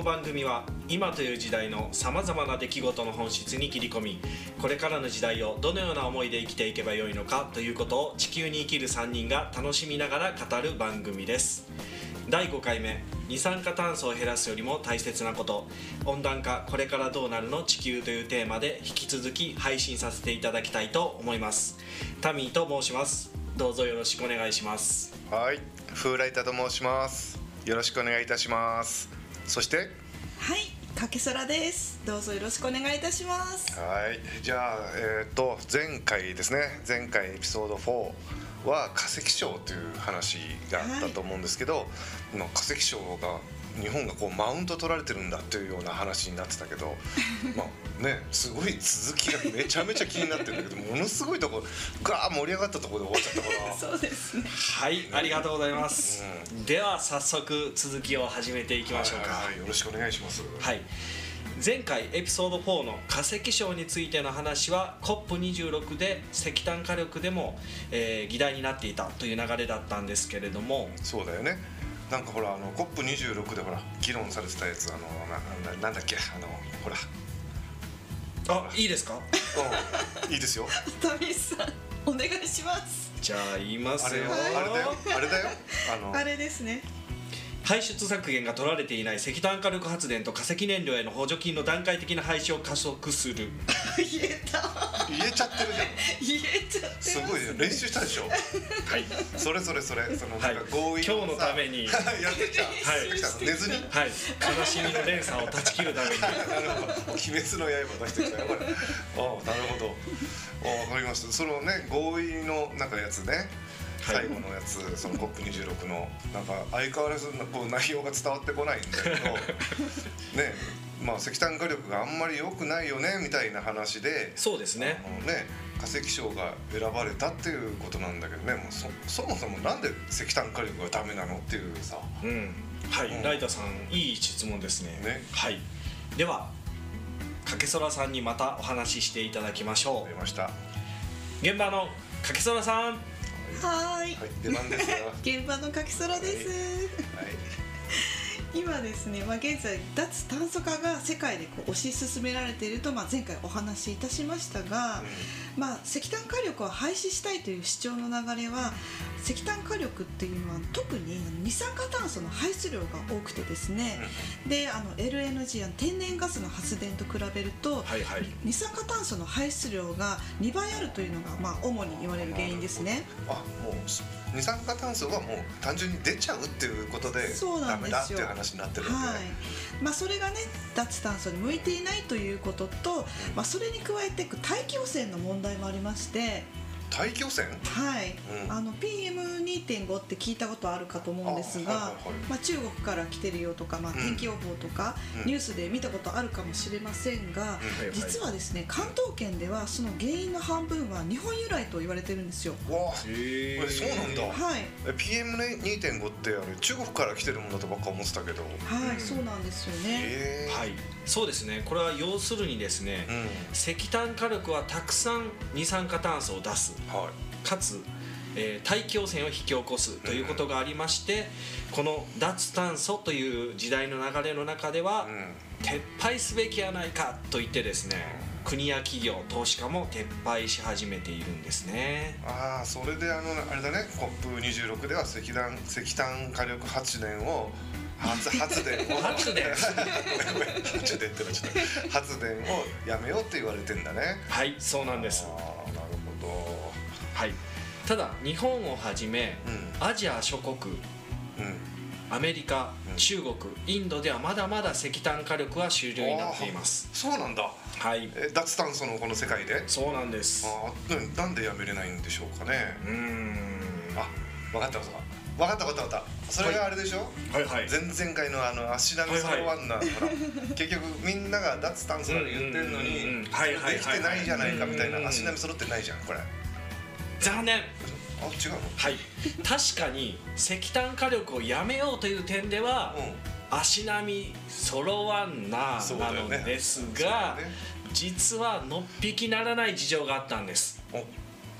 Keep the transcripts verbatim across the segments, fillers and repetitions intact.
の番組は今という時代のさまざまな出来事の本質に切り込み、これからの時代をどのような思いで生きていけばよいのかということを地球に生きるさんにんが楽しみながら語る番組です。だいごかいめ、二酸化炭素を減らすよりも大切なこと、温暖化これからどうなるの地球というテーマで引き続き配信させていただきたいと思います。タミーと申します。どうぞよろしくお願いします。 はい、フーライタと申します。よろしくお願いいたします。そしてはい、かけそらです。どうぞよろしくお願いいたします。 はい、じゃあ、えー、と前回ですね、前回エピソードフォーは化石賞という話があったと思うんですけど、はい、まあ、化石賞が日本がこうマウント取られてるんだというような話になってたけどまあね、すごい続きがめちゃめちゃ気になってるんだけど、ものすごいとこガー盛り上がったところで終わっちゃったからそうですね。 はい、ありがとうございます、うん、では早速続きを始めていきましょうか。 はいはいはい、よろしくお願いします。 はい、前回エピソードフォーの化石賞についての話は コップにじゅうろく で石炭火力でも、えー、議題になっていたという流れだったんですけれども、 そうだよね。なんかほら、あの コップにじゅうろく でほら議論されてたやつ、あの な, な, なんだっけあのほらあ、いいですか？ うん、いいですよ。 タミさんお願いします。 じゃあ言いますよ。 あれよ、あれだよ、あれだよ、あのあれですね。 排出削減が取られていない石炭火力発電と化石燃料への補助金の段階的な廃止を加速する言えた言えちゃってるじゃん。 言えちゃってます。 すごい練習したでしょ。はい、それそれそれ、そのなんか合意のさ、 今日のためにやってきた、はい、寝ずに、 はい、悲しみの連鎖を断ち切るためになるほど、鬼滅の刃出してきたよこれ。ああ、なるほど、あ、わかりました。そのね、合意のなんかやつね、最後のやつ、その コップにじゅうろく のなんか相変わらずこう内容が伝わってこないんだけどね、まあ石炭火力があんまり良くないよねみたいな話で、 そうですね、 あのね、化石賞が選ばれたっていうことなんだけどね、もう そ, そもそもなんで石炭火力がダメなのっていうさ、 うん、はい、うん、ライタさんいい質問ですね。ね、はい、ではかけそらさんにまたお話ししていただきましょう。 出ました、 現場のかけそらさん。 はい、 はい、出番ですよ。 現場のかきそらです、はいはい、今ですね、まあ、現在脱炭素化が世界でこう推し進められていると、まあ、前回お話しいたしましたが、うん、まあ、石炭火力を廃止したいという主張の流れは、石炭火力っていうのは特に二酸化炭素の排出量が多くてですね、うん、であの エルエヌジー や天然ガスの発電と比べると、はいはい、二酸化炭素の排出量がにばいあるというのが、まあ、主に言われる原因ですね。 あ、もう二酸化炭素はもう単純に出ちゃうっていうことでダメだっていう話になってるんで、はい、まあ、 それがね、脱炭素に向いていないということと、うん、まあ、それに加えて大気汚染の問題もありまして、 大気汚染、 はい、うん、あの ピーエムにてんご って聞いたことあるかと思うんですが、はいはいはい、まあ、中国から来てるよとか、まあ、天気予報とか、うん、ニュースで見たことあるかもしれませんが、うん、実はですね、関東圏ではその原因の半分は日本由来と言われてるんですよ。 わあ、へえ、そうなんだ。 はい、 ピーエムにてんご ってあれ中国から来てるものだとばっか思ってたけど、 はい、うん、そうなんですよね。 はい、そうですね。これは要するにですね、うん、石炭火力はたくさん二酸化炭素を出す、はい、かつ、えー、大気汚染を引き起こすということがありまして、うん、この脱炭素という時代の流れの中では、うん、撤廃すべきやないかと言ってですね、国や企業、投資家も撤廃し始めているんですね。 ああ、それであのあれだね、コップにじゅうろく では石炭石炭火力発電を発, 発電を発電発電ってのはちょっと発電をやめようって言われてんだね。 はい、そうなんです。 あ、なるほど。 はい、ただ日本をはじめ、うん、アジア諸国、うん、アメリカ、うん、中国、インドではまだまだ石炭火力は主流になっています。 そうなんだ。 はい、 え、脱炭素のこの世界で。 そうなんです。 あ、なんでやめれないんでしょうかね。 うーん、 あ、分かった分かった分かった分かった。それがあれでしょ、 はいはいはい、 前々回のあの足並みそろわんな、はいはい、ほら結局みんなが脱炭素だと言ってるのにできてないじゃないかみたいな、足並み揃ってないじゃんこれ。 残念。 あ、違うの。 はい、確かに石炭火力をやめようという点では、うん、足並み揃わんななのですが、ねね、実はのっぴきならない事情があったんです。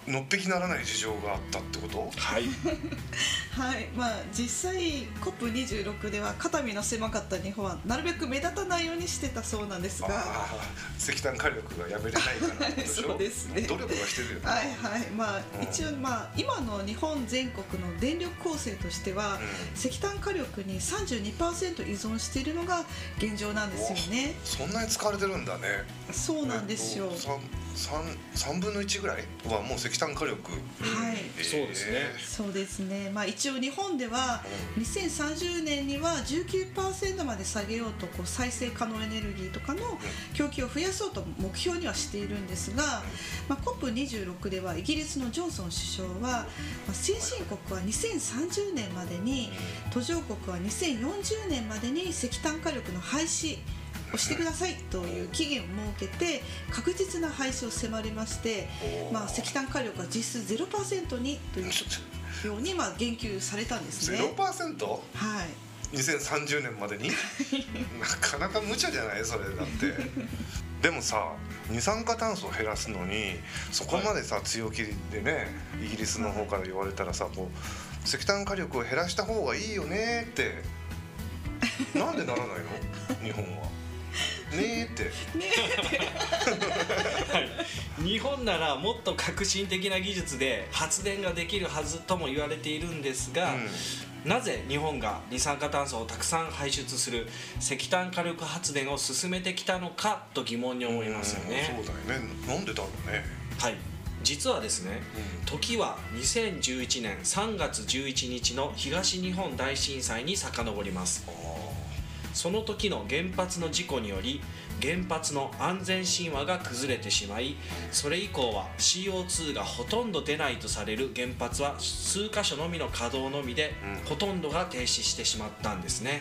のっぺきならない事情があったってこと？ はいはい、まあ実際 コップにじゅうろく では肩身の狭かった日本はなるべく目立たないようにしてたそうなんですが、 あ石炭火力がやめれないからってことでしょそうですね、 努力はしてるよね。 はいはい、まあ、 うん、 一応まあ今の日本全国の電力構成としては、うん、石炭火力に さんじゅうにパーセント 依存しているのが現状なんですよね。 そんなに使われてるんだね。 そうなんですよ。 さんぶんのいちぐらいはもう石炭火力。 はい、 えー、そうですね。 そうですね。まあ一応日本ではにせんさんじゅうねんには じゅうきゅうパーセント まで下げようとこう再生可能エネルギーとかの供給を増やそうと目標にはしているんですが、まあ、コップにじゅうろく ではイギリスのジョンソン首相は、まあ、先進国はにせんさんじゅうねんまでに、途上国はにせんよんじゅうねんまでに石炭火力の廃止をしてくださいという期限を設けて確実な廃止を迫りまして、まあ、石炭火力は実質 ゼロパーセント にというようにまあ言及されたんですね。 ゼロパーセント？ はい、 にせんさんじゅうねんまでになかなか無茶じゃないそれだってでもさ、二酸化炭素を減らすのにそこまでさ、はい、強気でねイギリスの方から言われたらさ、こう石炭火力を減らした方がいいよねってなんでならないの日本はねえってねはい、日本ならもっと革新的な技術で発電ができるはずとも言われているんですが、うん、なぜ日本が二酸化炭素をたくさん排出する石炭火力発電を進めてきたのかと疑問に思いますよね。 そうだよね。なんでだろうね。 はい、実はですね、うん、時はにせんじゅういちねんさんがつじゅういちにちの東日本大震災に遡ります。その時の原発の事故により原発の安全神話が崩れてしまい、それ以降は シーオーツー がほとんど出ないとされる原発は数カ所のみの稼働のみで、うん、ほとんどが停止してしまったんですね。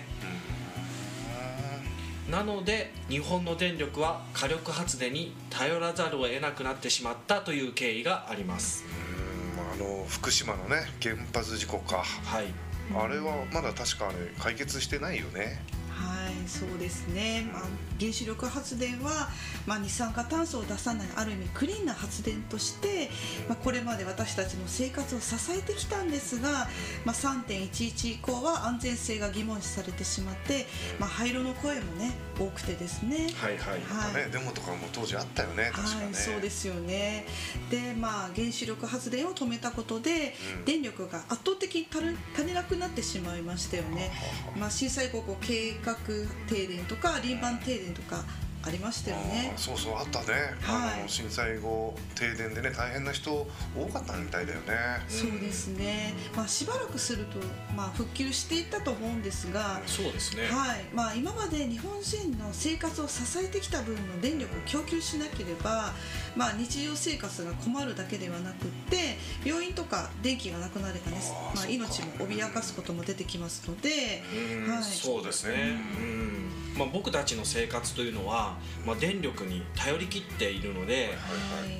うん、なので日本の電力は火力発電に頼らざるを得なくなってしまったという経緯があります。 うん、あの福島のね原発事故か、はい、あれはまだ確かあれ解決してないよね。 はい、そうですね、まあ、原子力発電は、まあ、二酸化炭素を出さないある意味クリーンな発電として、まあ、これまで私たちの生活を支えてきたんですが、まあ、さんてんいちいち以降は安全性が疑問視されてしまって、まあ、廃炉の声もね多くてですね。 はいはい、はい、ね、デモとかも当時あったよね。確かね。はい、 そうですよね。で、まあ、原子力発電を止めたことで、うん、電力が圧倒的に足り足りなくなってしまいましたよね。まあ、震災後こう計画停電とか輪番停電とかありましたよね。 あ、そうそうあったね、はい、あの震災後停電でね大変な人多かったみたいだよね。 そうですね、まあ、しばらくすると、まあ、復旧していったと思うんですが、 そうですね、 はい、まあ、今まで日本人の生活を支えてきた分の電力を供給しなければ、まあ、日常生活が困るだけではなくって病院とか電気がなくなればね、まあ、命も脅かすことも出てきますので、 はい、そうですね、うん、まあ、僕たちの生活というのは、まあ、電力に頼り切っているので、はいはい、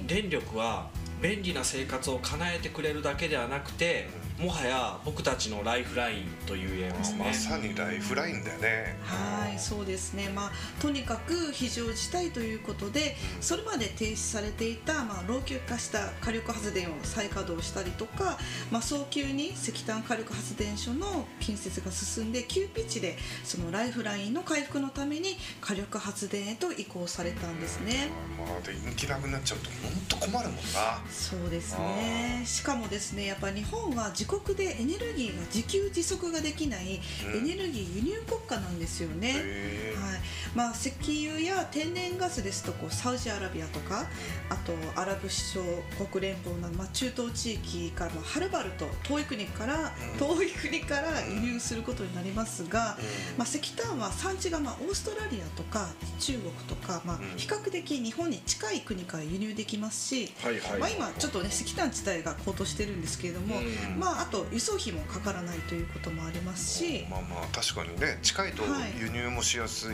電力は便利な生活を叶えてくれるだけではなくて、もはや僕たちのライフラインと言えますね。 まさにライフラインだよね。 はい、そうですね、まあ、とにかく非常事態ということで、それまで停止されていた、まあ、老朽化した火力発電を再稼働したりとか、まあ、早急に石炭火力発電所の建設が進んで急ピッチでそのライフラインの回復のために火力発電へと移行されたんですね。 まあ、電気なくなっちゃうと本当困るもんな。 そうですね。しかもですね、やっぱ日本は自国でエネルギーが自給自足ができないエネルギー輸入国家なんですよね。はい、まあ、石油や天然ガスですとこうサウジアラビアとか、あとアラブ首長国連邦など、まあ、中東地域から、まあ、はるばると遠い国から遠い国から輸入することになりますが、まあ、石炭は産地が、まあ、オーストラリアとか中国とか、まあ、比較的日本に近い国から輸入できますし、まあ、今ちょっとね石炭自体が高騰してるんですけれども、まあ、あと輸送費もかからないということもありますし、 まあまあ確かにね近いと輸入もしやすいよね。はい、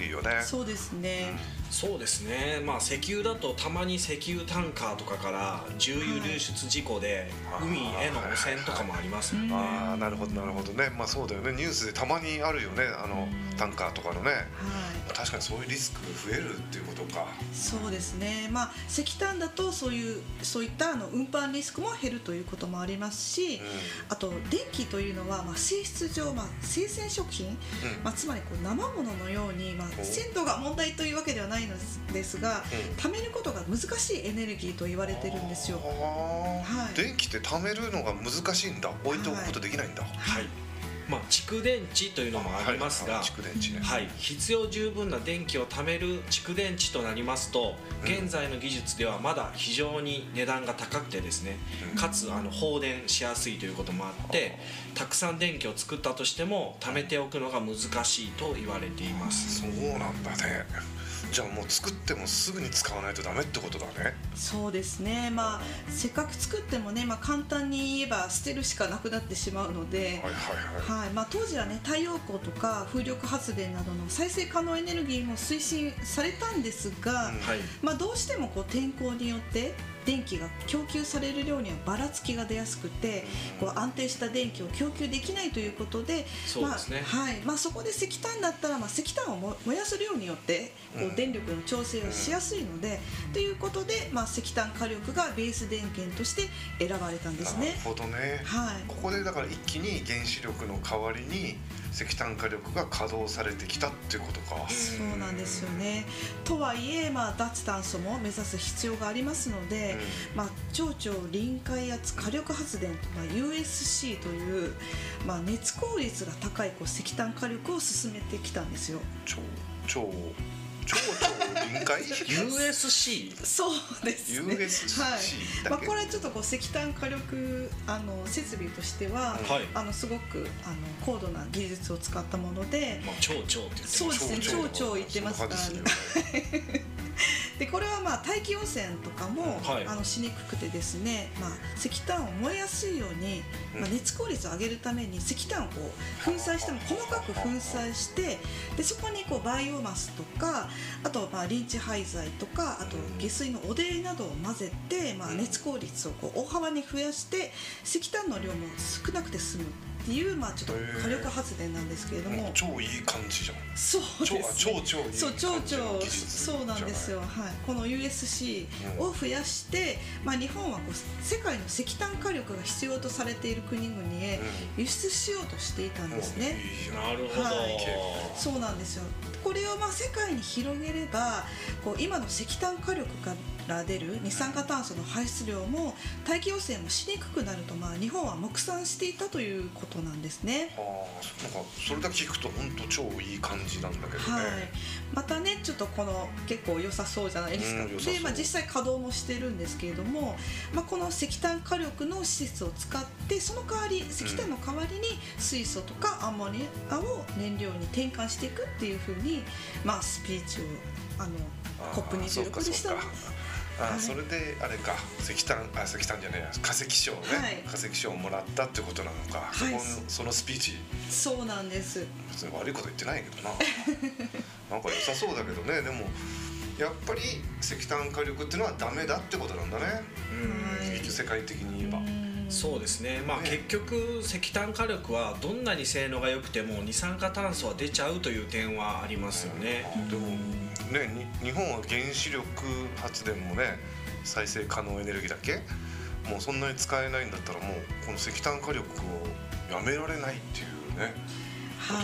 そうですね、 そうですね、まあ、石油だとたまに石油タンカーとかから重油流出事故で海への汚染とかもありますよね。 ああ、なるほどなるほどね。まあそうだよね、ニュースでたまにあるよね、あのタンカーとかのね、はい、確かにそういうリスクが増えるっていうことか。 そうですね、まあ、石炭だとそういうそういったあの運搬リスクも減るということもありますし、うん、あと電気というのは、まあ、性質上、まあ、生鮮食品、うん、まあ、つまりこう生もののように、まあ、鮮度が問題というわけではないのですが、うん、貯めることが難しいエネルギーと言われてるんですよ。 はい、電気って貯めるのが難しいんだ、置いておくことできないんだ。 はい、はい、まあ、蓄電池というのもありますが、 蓄電池ね、 はい、必要十分な電気を貯める蓄電池となりますと、現在の技術ではまだ非常に値段が高くてですね、うん、かつあの放電しやすいということもあって、たくさん電気を作ったとしても貯めておくのが難しいと言われています。 そうなんだね。じゃあもう作ってもすぐに使わないとダメってことだね。 そうですね、まあ、せっかく作ってもね、まあ、簡単に言えば捨てるしかなくなってしまうので、はいはいはいはい、まあ、当時はね、太陽光とか風力発電などの再生可能エネルギーも推進されたんですが、うん、まあ、どうしてもこう天候によって電気が供給される量にはばらつきが出やすくて、こう安定した電気を供給できないということで、 そうですね、 まあはい、まあ、そこで石炭だったら、まあ、石炭を燃やす量によってこう電力の調整をしやすいので、うん、ということで、まあ、石炭火力がベース電源として選ばれたんですね。 なるほどね、はい、ここでだから一気に原子力の代わりに石炭火力が稼働されてきたっていうことか。 そうなんですよね。とはいえ、まあ、脱炭素も目指す必要がありますので、うん、まあ、超超臨界圧火力発電、まあ、ユーエスシー という、まあ、熱効率が高いこう石炭火力を進めてきたんですよ。 超超超超臨界 ユーエスシーそうですね、 ユーエスシーはい、まあ、これちょっとこう石炭火力あの設備としては、はい、あのすごくあの高度な技術を使ったもので、 まあ、超超って言ってます。 そうですね、超超言ってますからね。でこれはまあ大気汚染とかも、はい、あのしにくくてですね、まあ、石炭を燃えやすいように、まあ、熱効率を上げるために石炭をこう粉砕しても細かく粉砕して、でそこにこうバイオマスとか、あとまあリンチ廃材とか、あと下水の汚泥などを混ぜて、まあ、熱効率をこう大幅に増やして石炭の量も少なくて済むっていう、まあ、ちょっと火力発電なんですけれども、 超いい感じじゃん。 そうですね、 超超いいそう超超そうなんですよ、はい、この ユーエスシー を増やして、うん、まあ、日本はこう世界の石炭火力が必要とされている国々へ輸出しようとしていたんですね、 うん、なるほど、はい、 そうなんですよ。これをまあ世界に広げれば、こう今の石炭火力から出る二酸化炭素の排出量も大気汚染もしにくくなると、まあ日本は目算していたということなんですね。 はあ、なんかそれだけ聞くと本当超いい感じなんだけどね、 はい、またねちょっとこの結構良さそうじゃないですか、うん、で、まあ、実際稼働もしてるんですけれども、まあ、この石炭火力の施設を使ってその代わり石炭の代わりに水素とかアンモニアを燃料に転換していくっていうふうに、まあ、スピーチをあの コップにじゅうろく でしたんです。 あ、はい、それであれか、石炭あ石炭じゃないや化石賞ね、はい、化石賞をもらったってことなのか、はい、そこのそのスピーチ。 そうなんです。 別に悪いこと言ってないけどななんか良さそうだけどね。でもやっぱり石炭火力っていうのはダメだってことなんだね、うん、世界的に言えば。 そうですね、まあ、ね、結局石炭火力はどんなに性能が良くても二酸化炭素は出ちゃうという点はありますよね、 うん、でもね、日本は原子力発電もね再生可能エネルギーだけもうそんなに使えないんだったらもうこの石炭火力をやめられないっていうね。 はい、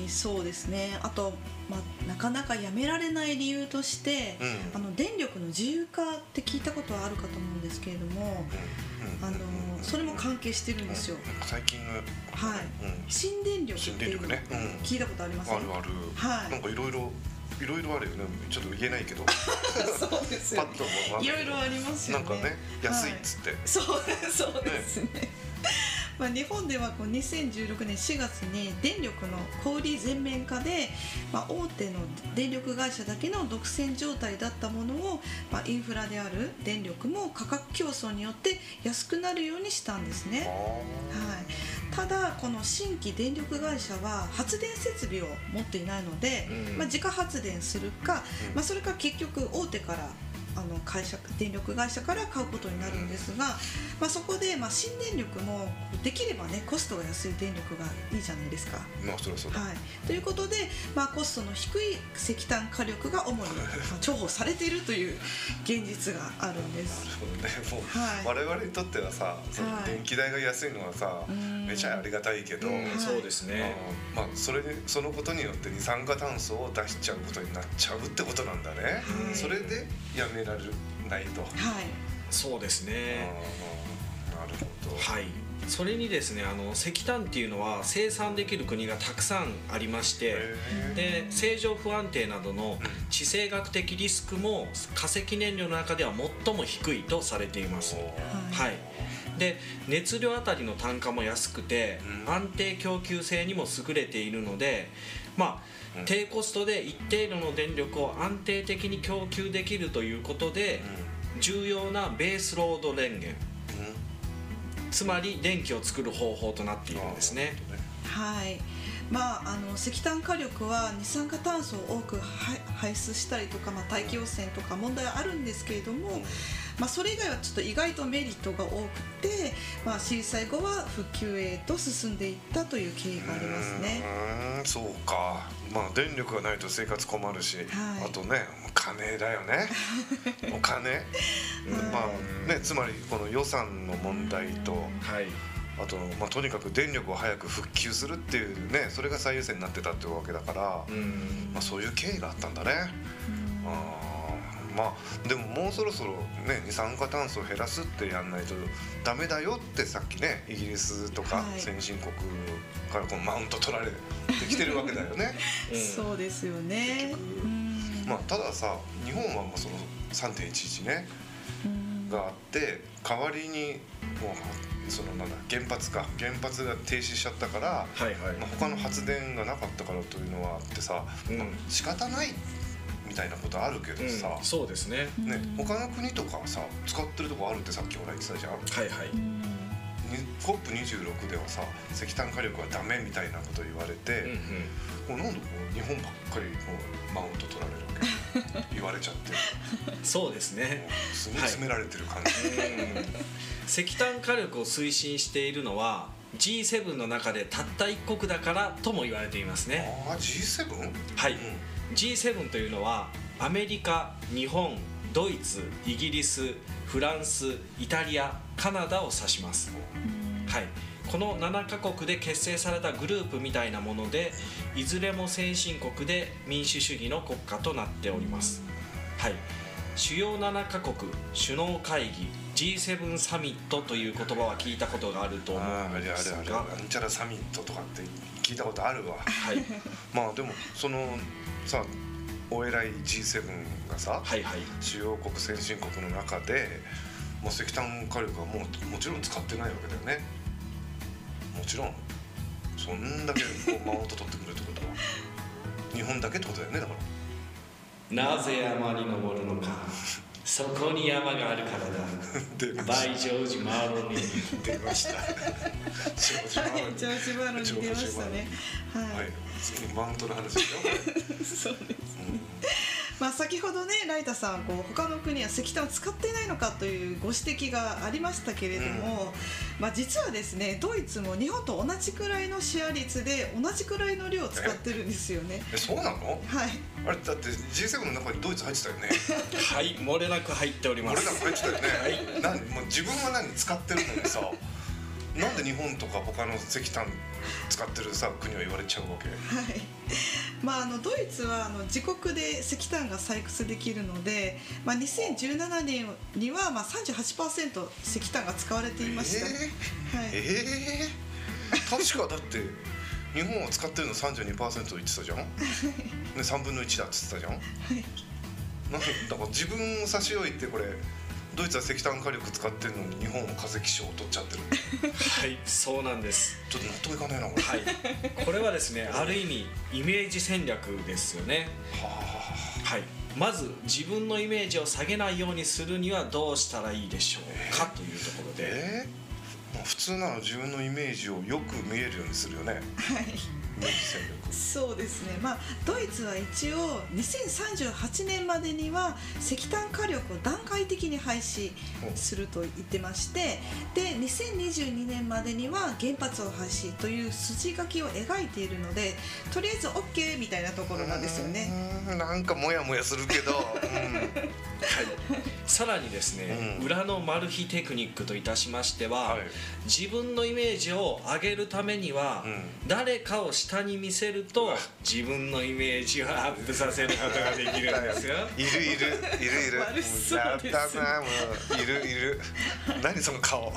そうですね。あと、まあ、なかなかやめられない理由として、うん、あの電力の自由化って聞いたことはあるかと思うんですけれども、うんうん、あのそれも関係してるんですよ、 うん、最近の、 はい、うん、新電力っていうの聞いたことありますか？ あるある、 はい、 なんかいろいろいろいろあるよね。ちょっと言えないけどそうですよね、 パッともいろいろありますよね。 なんかね、安いっつって、はい、 そうそうですね、ねまあ、日本ではこうにせんじゅうろくねんしがつに電力の小売全面化で、まあ、大手の電力会社だけの独占状態だったものを、まあ、インフラである電力も価格競争によって安くなるようにしたんですね、はい、 ただこの新規電力会社は発電設備を持っていないので、うん、まあ、自家発電するか、うん、まあ、それか結局大手からあの会社電力会社から買うことになるんですが、まあ、そこでまあ新電力もできればねコストが安い電力がいいじゃないですか。 まあそりゃそうだ、 はい、ということで、まあ、コストの低い石炭火力が主に重宝されているという現実があるんです。 なるほどね。もう、はい、我々にとってはさ、その電気代が安いのはさ、はい、めちゃありがたいけど、 うん、そうですね、 まあ、それでそのことによって二酸化炭素を出しちゃうことになっちゃうってことなんだね、はい、それでやめられないと。 はい、 そうですね。 なるほど。 はい。それにですね、あの石炭っていうのは生産できる国がたくさんありまして、で正常不安定などの地政学的リスクも化石燃料の中では最も低いとされています。はい。で熱量あたりの単価も安くて安定供給性にも優れているので、まあ低コストで一定量の電力を安定的に供給できるということで重要なベースロード電源、つまり電気を作る方法となっているんですね。 はい、まあ、あの石炭火力は二酸化炭素を多く排出したりとか、まあ、大気汚染とか問題あるんですけれども、まあ、それ以外はちょっと意外とメリットが多くて、まあ、震災後は復旧へと進んでいったという経緯がありますね。 うーん、そうか。まあ電力がないと生活困るし、はい、あとね金だよねお金まあね、つまりこの予算の問題と、はい、あと、まあ、とにかく電力を早く復旧するっていうね、それが最優先になってたっていうわけだから、うん、まあ、そういう経緯があったんだね。あまあでももうそろそろね二酸化炭素を減らすってやんないとダメだよってさっきねイギリスとか先進国からこのマウント取られてきてるわけだよね。 うん、そうですよね。 まあたださ、日本はもうその さんてんいちいち ねがあって代わりにもうそのなんだ原発か原発が停止しちゃったから、はいはい、まあ、他の発電がなかったからというのはあってさ、うん、まあ、仕方ないみたいなことあるけどさ、 うん、そうですね。 ね、他の国とかさ使ってるとこあるってさっき俺言ってたじゃん。はいはい。コップにじゅうろく ではさ石炭火力はダメみたいなこと言われて、うんうん、もうなんでこう日本ばっかりこうマウント取られるわけ言われちゃってそうですね、 すごい詰められてる感じ、 はい、石炭火力を推進しているのは ジーセブン の中でたった一国だからとも言われていますね。 ああ ジーセブン？ はい、うん、ジーセブン というのはアメリカ、日本、ドイツ、イギリス、フランス、イタリア、カナダを指します。はい、このななカ国で結成されたグループみたいなもので、いずれも先進国で民主主義の国家となっております。はい、主要ななカ国首脳会議 ジーセブン サミットという言葉は聞いたことがあると思うんですが、あれあれあれなんちゃらサミットとかって聞いたことあるわ。はい、まあでもそのさお偉い ジーセブン がさ、はいはい、主要国先進国の中でもう石炭火力はもうもちろん使ってないわけだよね。もちろんそんだけこうマウント取ってくるってことは日本だけってことだよね。だからなぜ山に登るのかそこに山があるからだバイジョージ・マーロンに出ましたジョージ・マーロンに出ましたね。はい、はい、 次マウントの話ですよそうですね、うん、まあ先ほどねライタさんこう他の国は石炭を使っていないのかというご指摘がありましたけれども、うん、まあ実はですねドイツも日本と同じくらいのシェア率で同じくらいの量を使ってるんですよね。 ええ、そうなの？ はい。 あれだって ジーセブン の中にドイツ入ってたよねはい、漏れなく入っております。 漏れなく入ってたよね、はい、なんもう自分は何使ってるのにさなんで日本とか他の石炭使ってるさ国は言われちゃうわけ？ はい、まあ、あのドイツはあの自国で石炭が採掘できるので、まあ、にせんじゅうななねんにはまあ さんじゅうはちパーセント 石炭が使われていました。えー、はい、えー、確かだって日本は使ってるの さんじゅうにパーセント 言ってたじゃん、ね、さんぶんのいちだって言ってたじゃん、はい、なんだから自分を差し置いてこれドイツは石炭火力使ってるのに日本は化石賞を取っちゃってるはい、そうなんです。 ちょっと納得いかないなこれ。 はい、これはですねある意味イメージ戦略ですよね。はあ、はい、まず自分のイメージを下げないようにするにはどうしたらいいでしょうか、えー、というところで、 えー、 普通なの自分のイメージをよく見えるようにするよね。 はい、 イメージ戦略。 そうですね、まあ、ドイツは一応にせんさんじゅうはちねんまでには石炭火力を段階的に廃止すると言ってまして、でにせんにじゅうにねんまでには原発を廃止という筋書きを描いているので、とりあえず OK みたいなところなんですよね。 うーん、なんかモヤモヤするけど、うん、 はい、さらにですね、 うん、 裏のマル秘テクニックといたしましては、 はい、 自分のイメージを上げるためには、 うん、 誰かを下に見せると自分のイメージをアップさせることができるんですよ。 いるいるいるいる。 悪そうやっですたな、もういるいる。何その顔。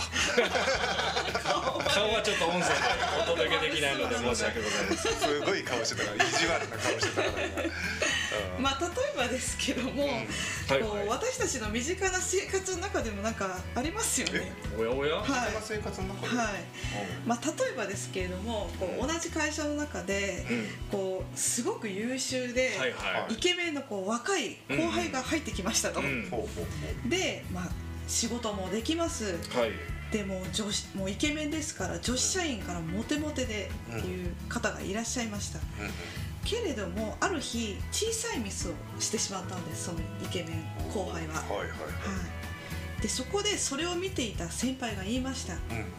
顔はちょっと音声でお届けできないので申し訳ございません。 すごい顔してたから、意地悪な顔してたから今。うん、 まあ例えばですけども、 うん、 はいこう私たちの身近な生活の中でもなんかありますよね。 おやおや、 はいそんな生活の中で。 はい、まあ、例えばですけれども、こう同じ会社の中でうん、 こうすごく優秀で、 はいはイケメンのこう若い後輩が入ってきましたと、 い、うん、 ほうほうほう。 で、まあ、仕事もできます、 はい、 でも女子もうイケメンですから女子社員からモテモテでっていう方がいらっしゃいました、 うんうん、 けれどもある日小さいミスをしてしまったんです、そのイケメン後輩は。 はいはいはい。 はい、でそこでそれを見ていた先輩が言いました、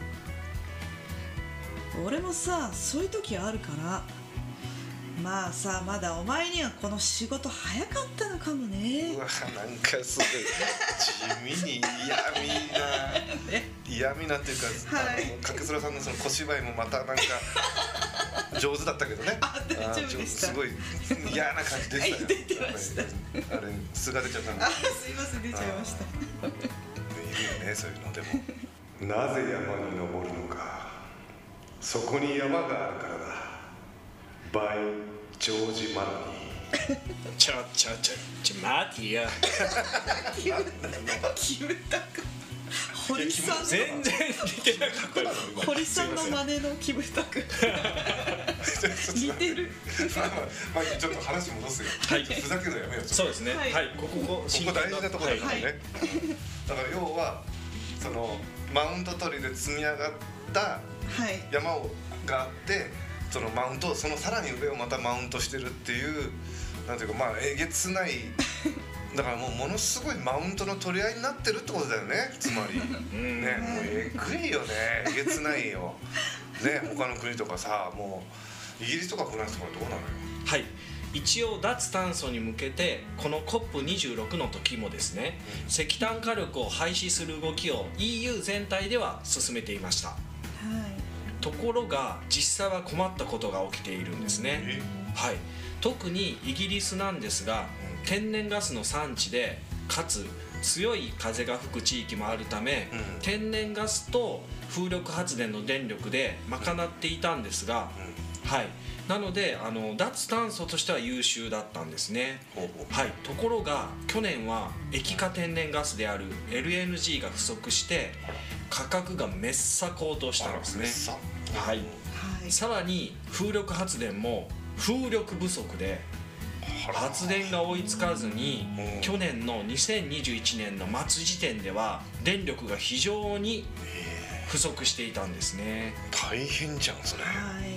うん、 俺もさそういう時あるから、まあさまだお前にはこの仕事早かったのかもね。 うわ、なんかすごい地味に嫌味な、嫌味なっていうか、 はい、 あのかけそらさんのその小芝居もまたなんか上手だったけどね。 あ、大丈夫でした。 すごい嫌な感じでしたよ。 出てました。 あれ素が出ちゃったの。 あ、すいません、出ちゃいました。 いるよね、そういうの。でもなぜ山に登るのか、そこに山があるからだ。バイジョージ・マロニー。 ちょちょちょちょ待てよ。 キムキムタク堀さんの全然似てなかったの。 堀さんの真似のキムタク似てる。 まあまあちょっと話戻すよ。 はい、 ふざけるのやめよう。 そうですね。 はい、 はい、こここここ大事なところだからね。 はい、 だから要はそのマウント取りで積み上がった山をがあって、そのマウントそのさらに上をまたマウントしてるっていうなんていうか、まあえげつない。だからもうものすごいマウントの取り合いになってるってことだよね、つまり。ね、もうえぐいよね、えげつないよ。ね、他の国とかさ、もうイギリスとかフランスとかどうなのよ。 はい。一応脱炭素に向けてこの コップにじゅうろく の時もですね、うん、石炭火力を廃止する動きを イーユー 全体では進めていました。はい。ところが実際は困ったことが起きているんですね。はい。特にイギリスなんですが、天然ガスの産地でかつ強い風が吹く地域もあるため、うん、天然ガスと風力発電の電力で賄っていたんですが、うん、はい、なのであの脱炭素としては優秀だったんですね。はい、ところが去年は液化天然ガスである エルエヌジー が不足して価格がめっさ高騰したんですね。はい、はい、さらに風力発電も風力不足で発電が追いつかずに、うん、去年のにせんにじゅういちねんの末時点では電力が非常に不足していたんですね。 大変じゃんそれ。 はい、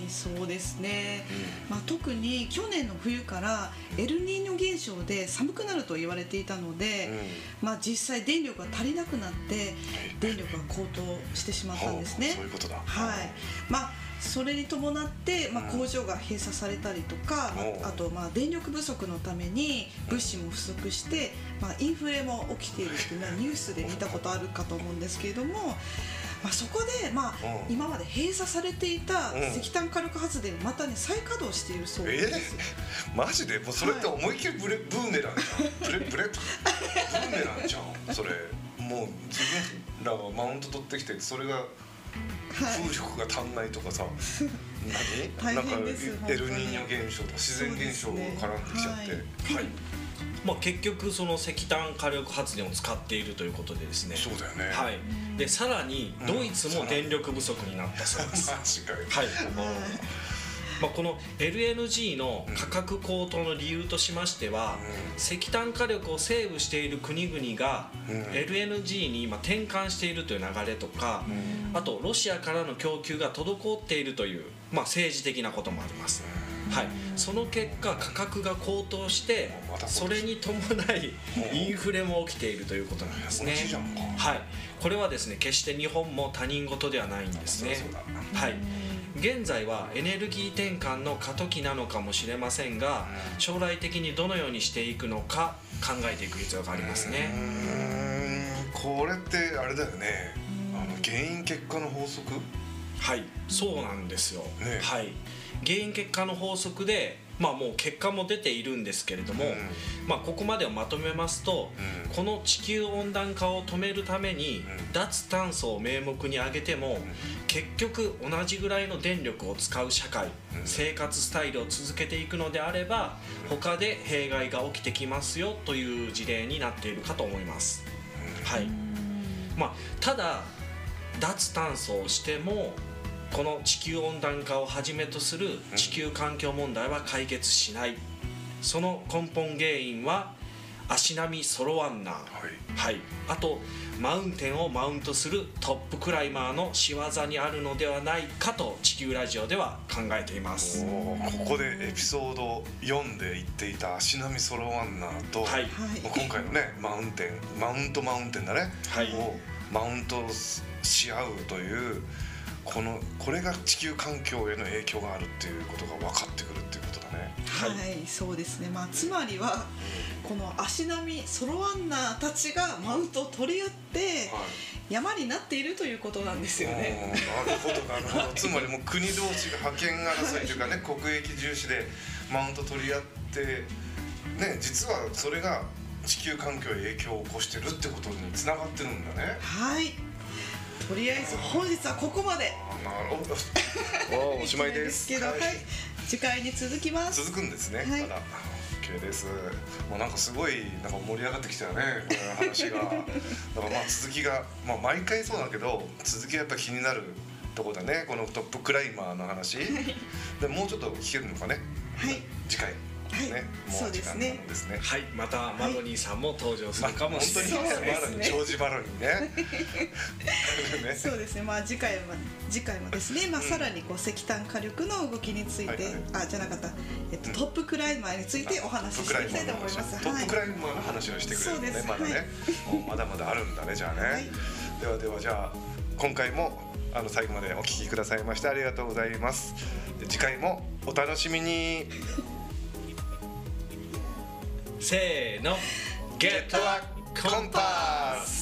そうですね、うん、まあ、特に去年の冬からエルニーニョ現象で寒くなると言われていたので、うん、まあ、実際電力が足りなくなって電力が高騰してしまったんですね。 そういうことだ。 はい、まあそれに伴って、まあ、工場が閉鎖されたりとか、うん、あとまあ電力不足のために物資も不足して、まあ、インフレも起きているっていうのはニュースで見たことあるかと思うんですけれども、まあ、そこで、まあ、今まで閉鎖されていた石炭火力発電をまたね再稼働しているそうです。 えー、マジでもうそれって思いっきりブレ、はい、ブーメランじゃん。ブレブレブーメランじゃんそれ。もう自分らはマウント取ってきてそれが風力が足んないとかさ、はい、何なんかエルニーニョ現象とか自然現象が絡んできちゃって、ね、 はい、まあ、結局その石炭火力発電を使っているということでですね。 そうだよね。 はい。でさらにドイツも電力不足になったそうです。 マジかよ。 はい。 まあ、この エルエヌジー の価格高騰の理由としましては、うん、石炭火力をセーブしている国々が エルエヌジー に今転換しているという流れとか、うん、あとロシアからの供給が滞っているという、まあ、政治的なこともあります。はい、その結果価格が高騰してそれに伴いインフレも起きているということなんですね。はい、これはですね決して日本も他人事ではないんですね。はい、現在はエネルギー転換の過渡期なのかもしれませんが、将来的にどのようにしていくのか考えていく必要がありますね。 うーん、これってあれだよね、あの原因結果の法則。 はい、そうなんですよ、 ね、 はい、原因結果の法則で、まあ、もう結果も出ているんですけれども、うん、まあ、ここまでをまとめますと、うん、この地球温暖化を止めるために、うん、脱炭素を名目に挙げても、うん、結局同じぐらいの電力を使う社会、うん、生活スタイルを続けていくのであれば、他で弊害が起きてきますよという事例になっているかと思います。はい、まあ、ただ脱炭素をしてもこの地球温暖化をはじめとする地球環境問題は解決しない。その根本原因は足並み揃わんな、はいはい、あとマウンテンをマウントするトップクライマーの仕業にあるのではないかと地球ラジオでは考えています。 おここでエピソードよんで言っていた足並み揃わんなと、はい、今回のねマウンテンマウントマウンテンだね、はい、をマウントし合うというこのこれが地球環境への影響があるっていうことが分かってくるっていうことだね。 はい、はい、そうですね、まあ、つまりはこの足並み揃わんなたちがマウントを取り合って山になっているということなんですよね。 なるほどなるほどつまりもう国同士が覇権争いというかね、国益重視でマウント取り合ってね、実はそれが地球環境へ影響を起こしてるってことにつながってるんだね。 はい、とりあえず本日はここまで。 なるほどおしまいです。 けど、はい、次回に続きます。 続くんですね、はい、まだ OK です。もうなんかすごいなんか盛り上がってきたよね、この話がだからまあ続きが、まあ、毎回そうだけど続きがやっぱ気になるとこだね、このトップクライマーの話、はい、でもうちょっと聞けるのかね、 はい、 次回はい、ね、そうですね。 ですね。 はい、またマロニーさんも登場するかもしれない。 本当にマロニー、ジョージバロニーね。 そうですね。まあ次回は次回もですね、まあさらにこう石炭火力の動きについて、あじゃなかった、えっとトップクライマーについてお話ししていきたいと思います。 トップクライマーの話をしてくれるのね、まだね。まだまだあるんだね、じゃあね。ではではじゃあ今回もあの最後までお聞きくださいましてありがとうございます。次回もお楽しみに。 せーの、ゲットワコンパス。